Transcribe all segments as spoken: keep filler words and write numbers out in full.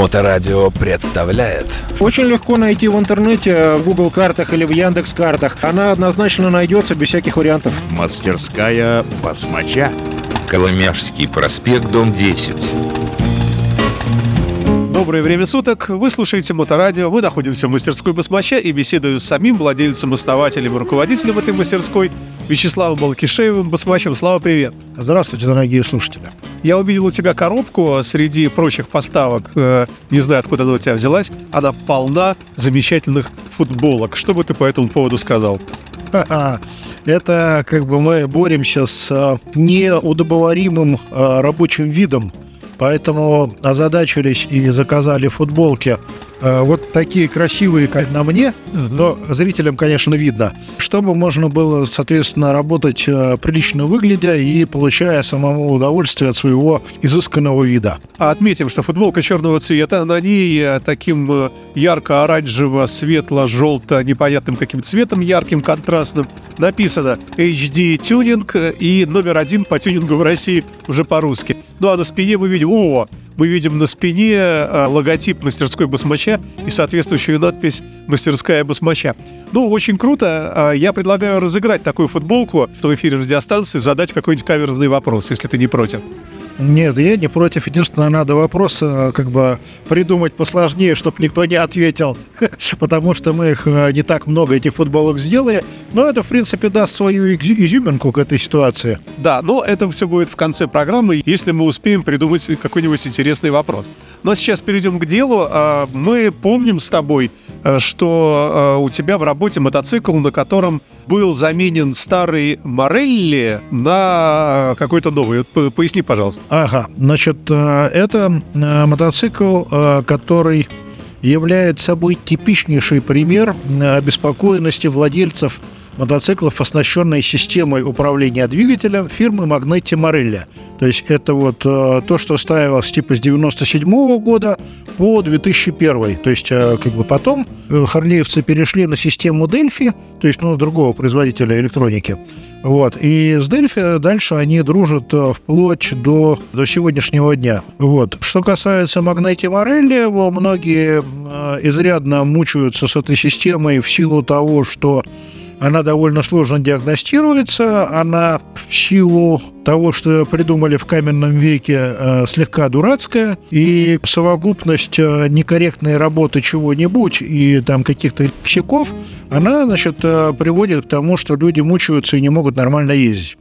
Моторадио представляет. Очень легко найти в интернете, в Google картах или в Яндекс картах. Она однозначно найдется без всяких вариантов. Мастерская басмача. Коломяжский проспект, дом десять. Доброе время суток, вы слушаете Моторадио. Мы находимся в мастерской басмача и беседуем с самим владельцем, основателем и руководителем этой мастерской Вячеславом Балкишеевым, басмачем. Слава, привет. Здравствуйте, дорогие слушатели. Я увидел у тебя коробку среди прочих поставок, э, не знаю, откуда она у тебя взялась. Она полна замечательных футболок. Что бы ты по этому поводу сказал? Это как бы мы боремся с неудобоваримым рабочим видом. Поэтому озадачились и заказали футболки э, вот такие красивые, как на мне, но зрителям, конечно, видно, чтобы можно было, соответственно, работать э, прилично выглядя и получая самому удовольствие от своего изысканного вида. А отметим, что футболка черного цвета, на ней таким ярко-оранжево, светло-желто, непонятным каким цветом, ярким, контрастным, написано эйч ди тюнинг и номер один по тюнингу в России уже по-русски. Ну а на спине мы видим, о, мы видим на спине э, логотип мастерской басмача и соответствующую надпись «Мастерская басмача». Ну, очень круто. Я предлагаю разыграть такую футболку в эфире радиостанции, задать какой-нибудь каверзный вопрос, если ты не против. Нет, я не против. Единственное, надо вопрос как бы придумать посложнее, чтобы никто не ответил, потому что мы их не так много, этих футболок, сделали. Но это, в принципе, даст свою изюминку к этой ситуации. Да, но это все будет в конце программы, если мы успеем придумать какой-нибудь интересный вопрос. Но сейчас перейдем к делу. Мы помним с тобой, что у тебя в работе мотоцикл, на котором был заменен старый Морелли на какой-то новый. Поясни, пожалуйста. Ага, значит, это мотоцикл, который является собой типичнейший пример обеспокоенности владельцев мотоциклов, оснащенной системой управления двигателем фирмы Magneti Marelli. То есть это вот э, то, что ставилось типа с девяносто седьмого года по две тысячи первый. То есть э, как бы потом харлеевцы перешли на систему Delphi, то есть ну, другого производителя электроники. Вот. И с Delphi дальше они дружат э, вплоть до, до сегодняшнего дня. Вот. Что касается Magneti Marelli, многие э, изрядно мучаются с этой системой в силу того, что она довольно сложно диагностируется, она в силу того, что придумали в каменном веке, э, слегка дурацкая, и совокупность э, некорректной работы чего-нибудь и там каких-то косяков, она, значит, э, приводит к тому, что люди мучаются и не могут нормально ездить.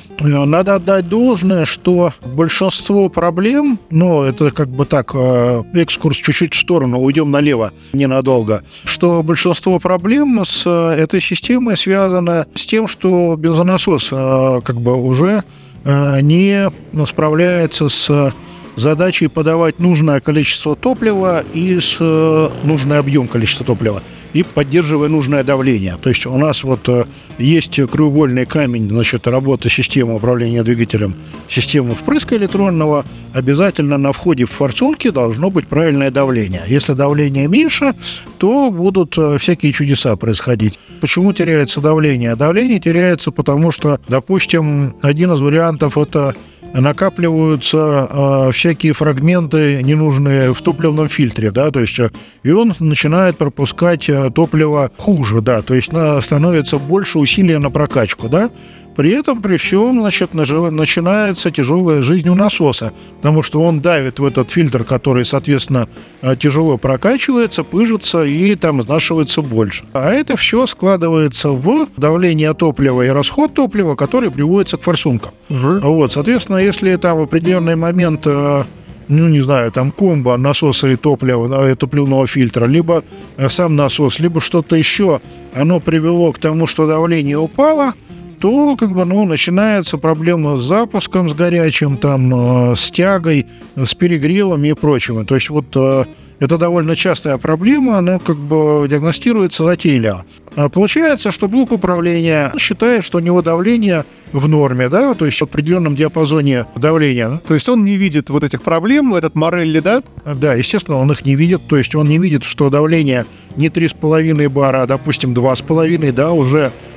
Надо отдать должное, что большинство проблем, ну, это как бы так, э, экскурс чуть-чуть в сторону, уйдем налево ненадолго, что большинство проблем с э, этой системой связано с тем, что бензонасос э, как бы уже э, не справляется с задачей подавать нужное количество топлива и с э, нужный объем количества топлива, и поддерживая нужное давление. То есть у нас вот э, есть краеугольный камень, значит, работы системы управления двигателем, системы впрыска электронного. Обязательно на входе в форсунки должно быть правильное давление. Если давление меньше, то будут э, всякие чудеса происходить. Почему теряется давление? Давление теряется потому, что, допустим, один из вариантов – это накапливаются э, всякие фрагменты ненужные в топливном фильтре, да, то есть э, и он начинает пропускать э, топливо хуже, да, то есть на, становится больше усилия на прокачку, да. При этом, при всем, значит, начинается тяжелая жизнь у насоса, потому что он давит в этот фильтр, который, соответственно, тяжело прокачивается, пыжится и там изнашивается больше. А это все складывается в давление топлива и расход топлива, который приводится к форсункам. Угу. Вот, соответственно, если там в определенный момент, ну, не знаю, там комбо насоса и топлива, топливного фильтра, либо сам насос, либо что-то еще, оно привело к тому, что давление упало, то как бы, ну, начинается проблема с запуском, с горячим, там, э, с тягой, с перегревами и прочим. То есть вот э, это довольно частая проблема, она как бы диагностируется затейливо. А получается, что блок управления считает, что у него давление в норме, да, то есть в определенном диапазоне давления. Да? То есть он не видит вот этих проблем, этот Морелли, да? Да, естественно, он их не видит, то есть он не видит, что давление не три с половиной бара, а, допустим, два с половиной, да, уже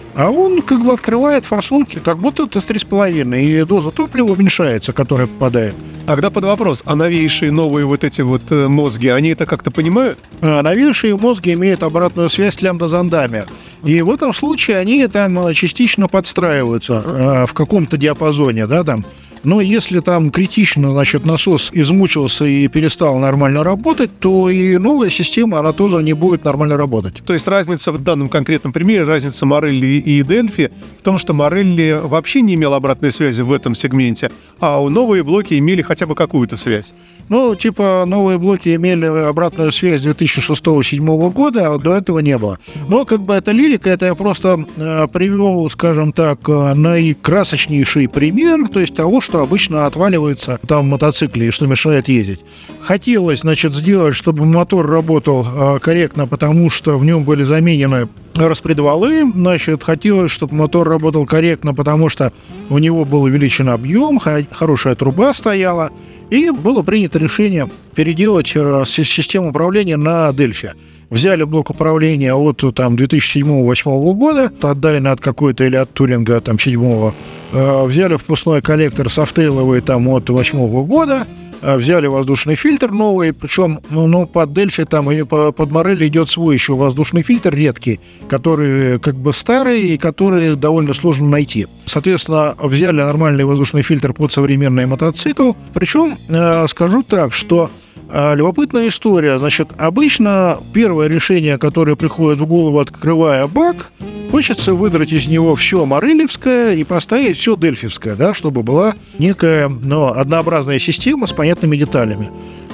А он как бы открывает форсунки, как будто это три с половиной, и доза топлива уменьшается, которая попадает. А когда под вопрос, а новейшие новые вот эти вот э, мозги, они это как-то понимают? А новейшие мозги имеют обратную связь с лямбда-зондами. И в этом случае они там частично подстраиваются э, в каком-то диапазоне, да, там. Но если там критично, значит, насос измучился и перестал нормально работать, то и новая система, она тоже не будет нормально работать. То есть разница в данном конкретном примере, разница Морелли и Дельфи в том, что Морелли вообще не имел обратной связи в этом сегменте, а новые блоки имели хотя бы какую-то связь. Ну, типа, новые блоки имели обратную связь две тысячи шестого — две тысячи седьмого года, а до этого не было. Но, как бы, это лирика, это я просто э, привел, скажем так, э, наикрасочнейший пример, то есть того, что обычно отваливается там в мотоцикле и что мешает ездить. Хотелось, значит, сделать, чтобы мотор работал э, корректно, потому что в нем были заменены распредвалы, значит, хотелось, чтобы мотор работал корректно, потому что у него был увеличен объем, хорошая труба стояла, и было принято решение переделать э, систему управления на Дельфи. Взяли блок управления от там, две тысячи седьмого — две тысячи восьмого года, от Дайна от какой-то или от Туринга там, седьмого, э, взяли впускной коллектор софтейловый там, от восьмого года, э, взяли воздушный фильтр новый, причем ну, ну, под Дельфи там, и по, под Морелли идет свой еще воздушный фильтр редкий, который как бы старый и который довольно сложно найти. Соответственно, взяли нормальный воздушный фильтр под современный мотоцикл, причем э, скажу так, что любопытная история. Значит, обычно первое решение, которое приходит в голову, открывая бак, хочется выдрать из него все морелевское и поставить все дельфевское, да, чтобы была некая, ну, однообразная система с понятными деталями.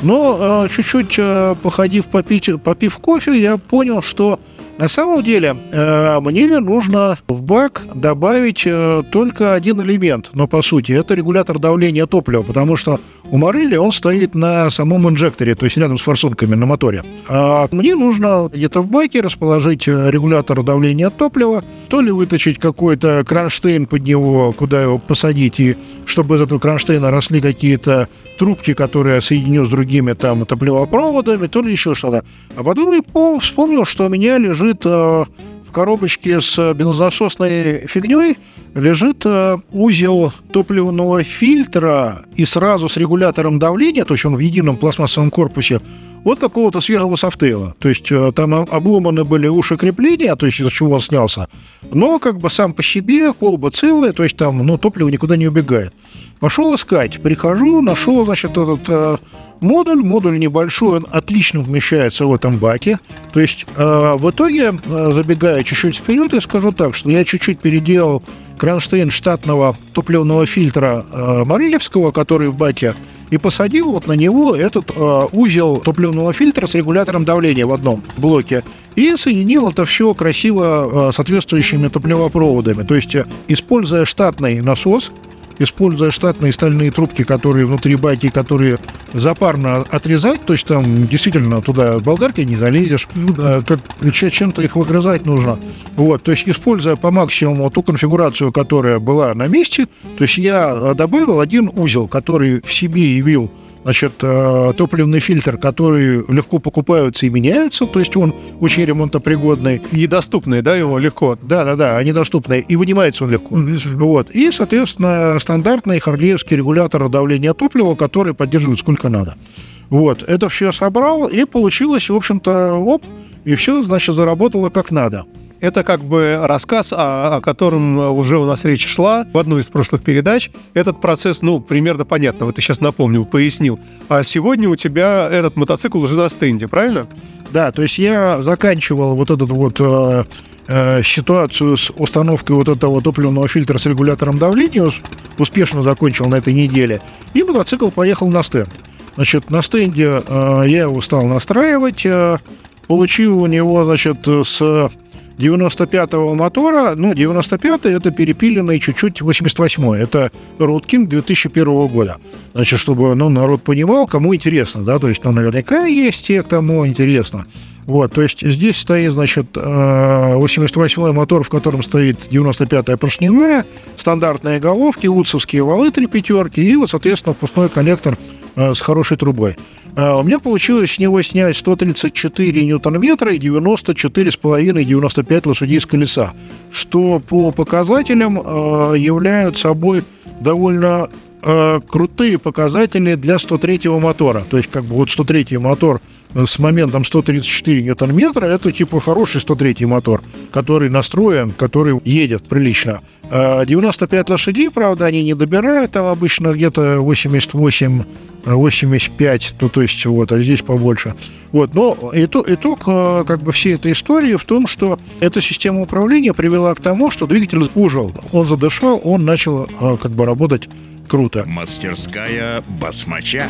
Но э, чуть-чуть э, походив, попить, попив кофе, я понял, что на самом деле э, мне нужно в бак добавить э, только один элемент, но по сути это регулятор давления топлива, потому что у Морелли он стоит на самом инжекторе, то есть рядом с форсунками на моторе. А мне нужно где-то в баке расположить регулятор давления топлива, то ли вытащить какой-то кронштейн под него, куда его посадить, и чтобы из этого кронштейна росли какие-то трубки, которые я соединю с другими там топливопроводами, то ли еще что-то. А потом я вспомнил, что у меня лежит э, в коробочке с бензонасосной фигней лежит э, узел топливного фильтра и сразу с регулятором давления, то есть он в едином пластмассовом корпусе, вот какого-то свежего софтейла. То есть э, там обломаны были уши крепления, то есть из-за чего он снялся, но как бы сам по себе, колба целая, то есть там, ну, топливо никуда не убегает. Пошел искать, прихожу, нашел, значит, этот э, модуль, модуль небольшой, он отлично вмещается в этом баке. То есть э, в итоге, э, забегая чуть-чуть вперед, я скажу так, что я чуть-чуть переделал кронштейн штатного топливного фильтра э, Морелевского, который в баке, и посадил вот на него этот э, узел топливного фильтра с регулятором давления в одном блоке. И соединил это все красиво э, соответствующими топливопроводами. То есть, э, используя штатный насос, используя штатные стальные трубки, которые внутри баки, которые запарно отрезать, то есть там действительно туда болгаркой не залезешь, э, как, чем-то их выгрызать нужно. Вот, то есть используя по максимуму ту конфигурацию, которая была на месте, то есть я добавил один узел, который в себе явил, значит, топливный фильтр, который легко покупаются и меняются, то есть он очень ремонтопригодный. И доступный, да, его легко? Да-да-да, они доступны, и вынимается он легко. Вот. И, соответственно, стандартный харлеевский регулятор давления топлива, который поддерживает сколько надо. Вот, это все собрал, и получилось, в общем-то, оп, и все, значит, заработало как надо. Это как бы рассказ, о, о котором уже у нас речь шла в одной из прошлых передач. Этот процесс, ну, примерно понятно, вот ты сейчас напомнил, пояснил. А сегодня у тебя этот мотоцикл уже на стенде, правильно? Да, то есть я заканчивал вот этот вот э, э, ситуацию с установкой вот этого топливного фильтра с регулятором давления, успешно закончил на этой неделе, и мотоцикл поехал на стенд. Значит, на стенде э, я его стал настраивать, э, получил у него, значит, с девяносто пятого мотора, ну, девяносто пятый это перепиленный чуть-чуть восемьдесят восьмой, это Road King две тысячи первого года. Значит, чтобы, ну, народ понимал, кому интересно, да, то есть, ну, наверняка есть те, кому интересно. Вот, то есть здесь стоит, значит, восемьдесят восьмой мотор, в котором стоит девяносто пятая поршневая, стандартные головки, утсовские валы три пятерки и вот, соответственно, впускной коллектор э, с хорошей трубой. Uh, у меня получилось с него снять сто тридцать четыре ньютон-метра и девяносто четыре с половиной - девяносто пять лошадей с колеса, что по показателям uh, являют собой довольно uh, крутые показатели для сто третьего мотора. То есть, как бы вот сто третий мотор с моментом сто тридцать четыре ньютон-метра, это типа хороший сто третий мотор, который настроен, который едет прилично. Uh, девяносто пять лошадей, правда, они не добирают, там обычно где-то восемьдесят восемь восемьдесят пять, ну, то есть, вот, а здесь побольше. Вот, но итог, итог как бы всей этой истории в том, что эта система управления привела к тому, что двигатель ужил, он задышал, он начал как бы работать круто. Мастерская басмача.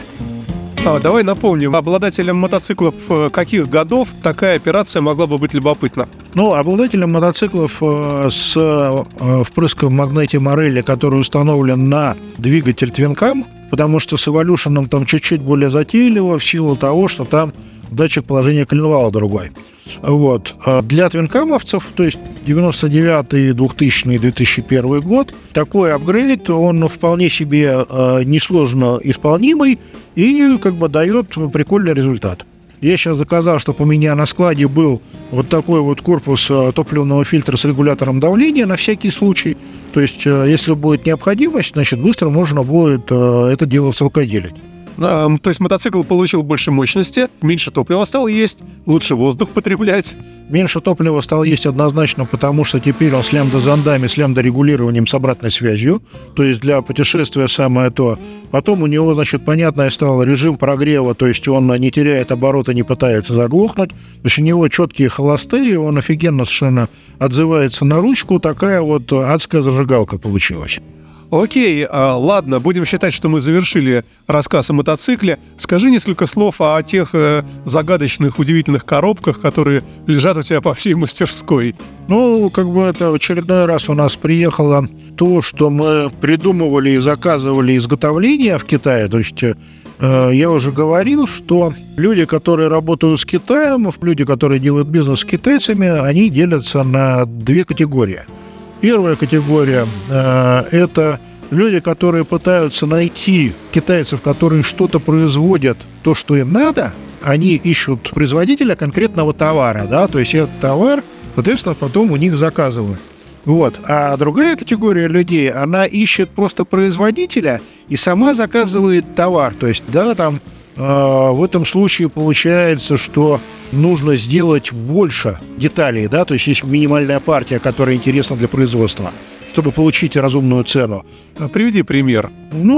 А, давай напомним, обладателям мотоциклов каких годов такая операция могла бы быть любопытна? Ну, обладателям мотоциклов э, с э, впрыском Магнети Морелли, который установлен на двигатель Твинкам, потому что с Evolution там чуть-чуть более затейливо в силу того, что там датчик положения коленвала другой. Вот. Для твинкамовцев, то есть девяносто девятый, двухтысячный, две тысячи первый год, такой апгрейд, он вполне себе э, несложно исполнимый и как бы дает прикольный результат. Я сейчас заказал, чтобы у меня на складе был вот такой вот корпус топливного фильтра с регулятором давления на всякий случай. То есть, если будет необходимость, значит, быстро можно будет это дело срукоделить. А, то есть мотоцикл получил больше мощности, меньше топлива стал есть, лучше воздух потреблять. Меньше топлива стал есть однозначно, потому что теперь он с лямбда-зондами, с лямбда-регулированием, с обратной связью. То есть для путешествия самое то. Потом у него, значит, понятное стало режим прогрева, то есть он не теряет обороты, не пытается заглохнуть. То есть у него четкие холостые, он офигенно совершенно отзывается на ручку. Такая вот адская зажигалка получилась. Окей, а, ладно, будем считать, что мы завершили рассказ о мотоцикле. Скажи несколько слов о тех э, загадочных, удивительных коробках, которые лежат у тебя по всей мастерской. Ну, как бы это в очередной раз у нас приехало то, что мы придумывали и заказывали изготовление в Китае. То есть э, я уже говорил, что люди, которые работают с Китаем, люди, которые делают бизнес с китайцами, они делятся на две категории. Первая категория э, – это люди, которые пытаются найти китайцев, которые что-то производят, то, что им надо. Они ищут производителя конкретного товара, да, то есть этот товар, соответственно, потом у них заказывают. Вот. А другая категория людей, она ищет просто производителя и сама заказывает товар. То есть, да, там э, в этом случае получается, что нужно сделать больше деталей, да, то есть есть минимальная партия, которая интересна для производства, чтобы получить разумную цену. Приведи пример.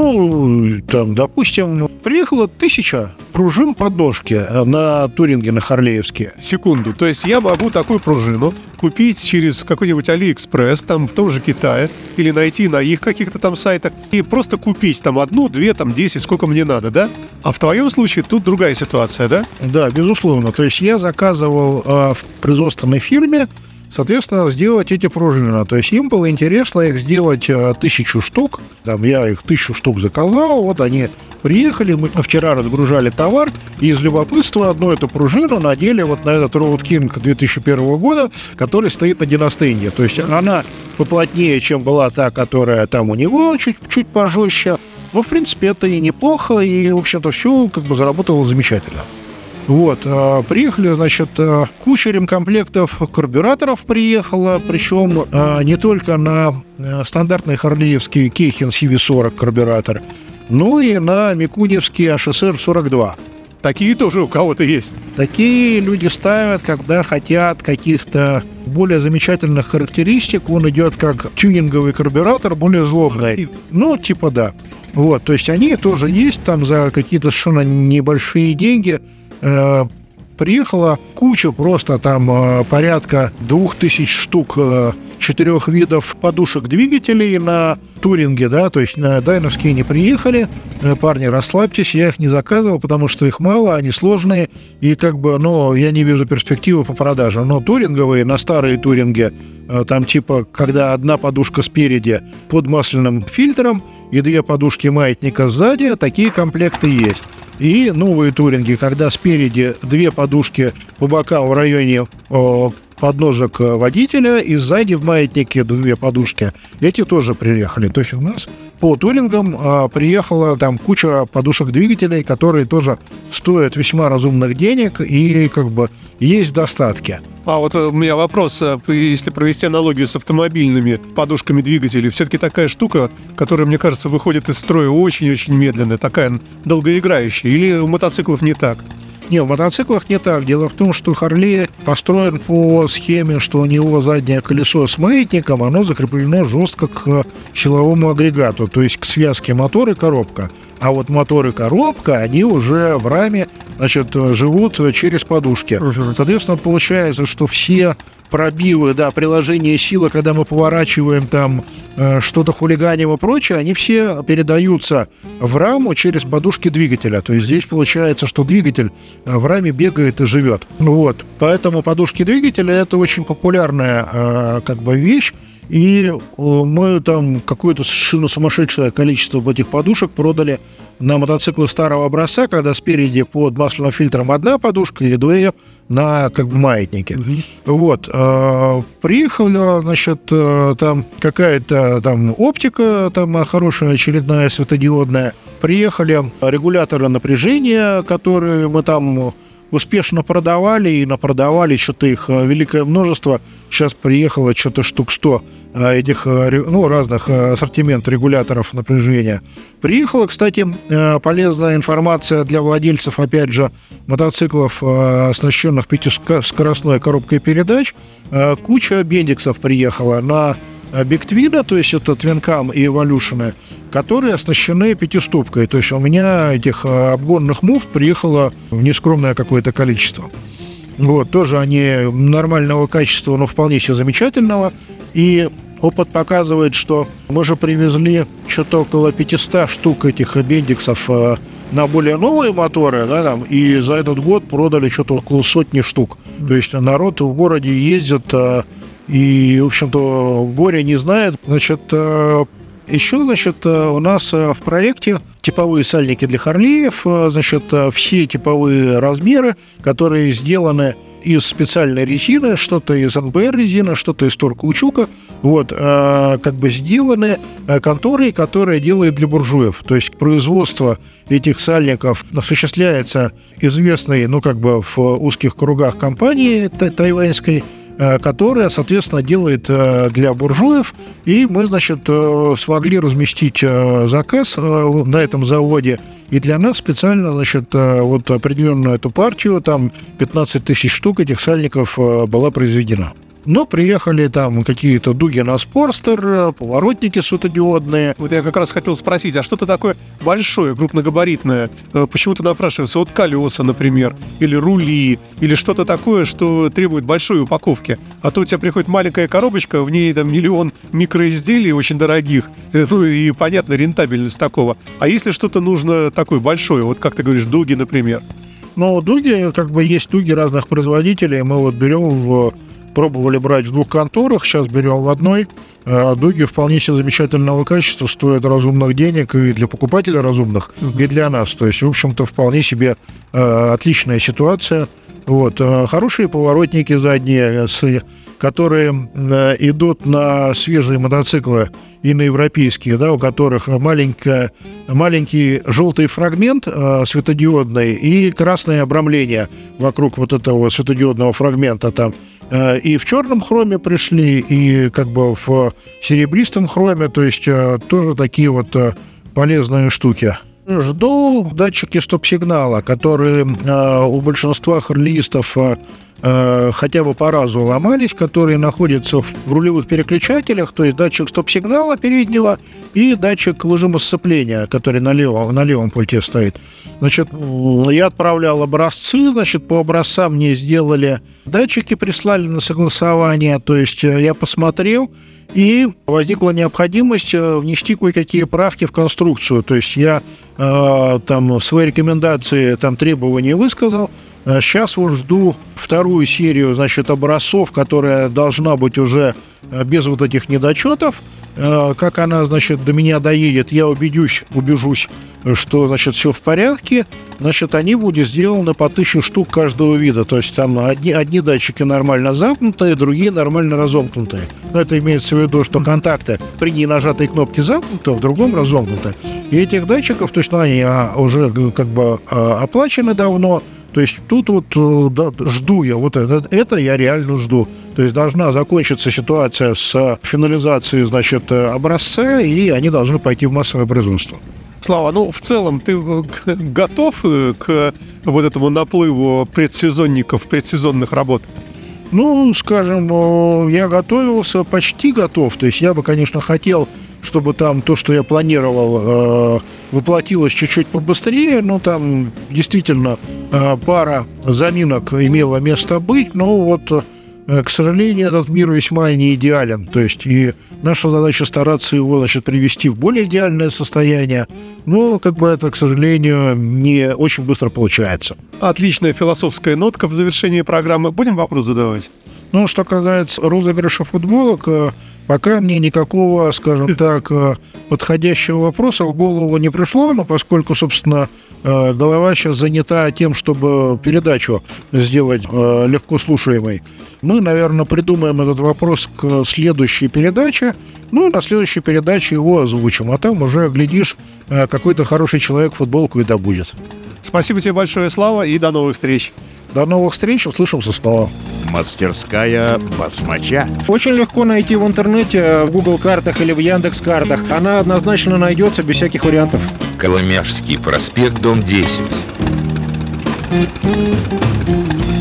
Ну, там, допустим, приехала тысяча пружин подножки на туринге, на Харлеевске. Секунду, то есть я могу такую пружину купить через какой-нибудь Алиэкспресс, там в том же Китае, или найти на их каких-то там сайтах, и просто купить там одну, две, там десять, сколько мне надо, да? А в твоем случае тут другая ситуация, да? Да, безусловно. То есть я заказывал э, в производственной фирме, соответственно, сделать эти пружины. То есть им было интересно их сделать э, тысячу штук. Там я их тысячу штук заказал, вот они приехали, мы вчера разгружали товар, и из любопытства одну эту пружину надели вот на этот Road King две тысячи первого года, который стоит на Династенде. То есть она поплотнее, чем была та, которая там у него, чуть-чуть пожестче. Но, в принципе, это и неплохо, и, в общем-то, все как бы заработало замечательно. Вот, э, приехали, значит, э, куча ремкомплектов карбюраторов приехала, причем э, не только на э, стандартный харлеевский Кейхен си ви сорок карбюратор, но и на микуневский эйч эс эр сорок два. Такие тоже у кого-то есть. Такие люди ставят, когда хотят каких-то более замечательных характеристик. Он идет как тюнинговый карбюратор, более злобный. Ну, типа да. Вот, то есть они тоже есть там за какие-то совершенно небольшие деньги. Э, приехала куча, просто там э, порядка двух тысяч штук э, четырех видов подушек двигателей на туринге, да, то есть на дайновские не приехали. Э, парни, расслабьтесь, я их не заказывал, потому что их мало, они сложные, и как бы, ну, я не вижу перспективы по продаже. Но туринговые, на старые туринги, э, там типа, когда одна подушка спереди под масляным фильтром и две подушки маятника сзади, такие комплекты есть. И новые туринги, когда спереди две подушки по бокам в районе о, подножек водителя, и сзади в маятнике две подушки. Эти тоже приехали. То есть у нас по турингам а, приехала там куча подушек двигателей, которые тоже стоят весьма разумных денег и как бы есть в достатке. А вот у меня вопрос, если провести аналогию с автомобильными подушками двигателей, все-таки такая штука, которая, мне кажется, выходит из строя очень-очень медленно, такая долгоиграющая, или у мотоциклов не так? Не, в мотоциклах не так. Дело в том, что Harley построен по схеме, что у него заднее колесо с маятником, оно закреплено жестко к силовому агрегату, то есть к связке мотор и коробка. А вот мотор и коробка, они уже в раме, значит, живут через подушки. Uh-huh. Соответственно, получается, что все пробивы, да, приложение силы, когда мы поворачиваем там э, что-то хулиганим и прочее, они все передаются в раму через подушки двигателя. То есть здесь получается, что двигатель в раме бегает и живет. Вот. Поэтому подушки двигателя — это очень популярная э, как бы вещь. И мы там какое-то совершенно сумасшедшее количество этих подушек продали на мотоциклы старого образца, когда спереди под масляным фильтром одна подушка и две на как бы маятнике. Mm-hmm. Вот. Э, приехала, значит, э, там какая-то там оптика, там хорошая очередная светодиодная. Приехали регуляторы напряжения, которые мы там успешно продавали, и напродавали что-то их великое множество. Сейчас приехало что-то штук сто этих, ну, разных ассортимент регуляторов напряжения. Приехала, кстати, полезная информация для владельцев, опять же, мотоциклов, оснащенных пятискоростной коробкой передач. Куча бендиксов приехала на Бигтвина, то есть это Твинкам и Эволюшены, которые оснащены пятиступкой. То есть у меня этих обгонных муфт приехало в нескромное какое-то количество. Вот, тоже они нормального качества, но вполне себе замечательного. И опыт показывает, что мы же привезли что-то около пятьсот штук этих бендиксов на более новые моторы, да, там, и за этот год продали что-то около сотни штук. То есть народ в городе ездит и, в общем-то, горе не знает. Значит, еще, значит, у нас в проекте типовые сальники для Харлеев, значит, все типовые размеры, которые сделаны из специальной резины, что-то из эн бэ эр резины, что-то из торкаучука, вот, как бы сделаны конторой, которая делает для буржуев. То есть производство этих сальников осуществляется известной, ну, как бы в узких кругах компании тайваньской, которая, соответственно, делает для буржуев. И мы, значит, смогли разместить заказ на этом заводе. И для нас специально, значит, вот определенную эту партию, там пятнадцать тысяч штук этих сальников была произведена. Но приехали там какие-то дуги на Спорстер, поворотники светодиодные. Вот я как раз хотел спросить, а что-то такое большое, крупногабаритное, почему-то напрашивается? Вот колеса, например, или рули, или что-то такое, что требует большой упаковки. А то у тебя приходит маленькая коробочка, в ней там миллион микроизделий очень дорогих, ну и, понятно, рентабельность такого. А если что-то нужно такое большое, вот как ты говоришь, дуги, например? Ну, дуги, как бы есть дуги разных производителей, мы вот берем в... Пробовали брать в двух конторах, сейчас берем в одной. Дуги вполне себе замечательного качества, стоят разумных денег и для покупателей разумных, uh-huh. и для нас. То есть, в общем-то, вполне себе э, отличная ситуация. Вот. Хорошие поворотники задние, с, которые э, идут на свежие мотоциклы и на европейские, да, у которых маленькая, маленький желтый фрагмент э, светодиодный и красное обрамление вокруг вот этого светодиодного фрагмента там. И в черном хроме пришли, и как бы в серебристом хроме, то есть тоже такие вот полезные штуки. Жду датчики стоп-сигнала, которые у большинства харлеистов хотя бы по разу ломались, которые находятся в рулевых переключателях, то есть датчик стоп-сигнала переднего и датчик выжима сцепления, который на левом, на левом пульте стоит. Значит, я отправлял образцы, значит, по образцам мне сделали датчики, прислали на согласование, то есть я посмотрел, и возникла необходимость внести кое-какие правки в конструкцию. То есть я э, там свои рекомендации, там требования высказал. Сейчас вот жду вторую серию, значит, образцов, которая должна быть уже без вот этих недочетов. э, как она, значит, до меня доедет, я убедюсь, убежусь, что, значит, все в порядке, значит, они будут сделаны по тысяче штук каждого вида. То есть там одни, одни датчики нормально замкнутые, другие нормально разомкнутые. Но это имеется в виду, что контакты при ненажатой кнопке замкнуты, в другом разомкнуты. И этих датчиков, то есть ну, они а, уже как бы а, оплачены давно. То есть тут вот да, жду я, вот это, это я реально жду. То есть должна закончиться ситуация с финализацией, значит, образца, и они должны пойти в массовое производство. Слава, ну, в целом, ты готов к вот этому наплыву предсезонников, предсезонных работ? Ну, скажем, я готовился, почти готов. То есть я бы, конечно, хотел, чтобы там то, что я планировал, воплотилось чуть-чуть побыстрее. Но там действительно пара заминок имела место быть. Но вот, к сожалению, этот мир весьма не идеален. То есть и наша задача стараться его, значит, привести в более идеальное состояние. Но, как бы это, к сожалению, не очень быстро получается. Отличная философская нотка в завершении программы. Будем вопрос задавать? Ну, что касается розыгрыша футболок, пока мне никакого, скажем так, подходящего вопроса в голову не пришло, но поскольку, собственно, голова сейчас занята тем, чтобы передачу сделать легко слушаемой, мы, наверное, придумаем этот вопрос к следующей передаче, ну, на следующей передаче его озвучим, а там уже, глядишь, какой-то хороший человек футболку и добудет. Спасибо тебе большое, Слава, и до новых встреч. До новых встреч, услышимся снова. Мастерская басмача. Очень легко найти в интернете, в Google картах или в Яндекс картах. Она однозначно найдется без всяких вариантов. Коломяжский проспект, дом десять.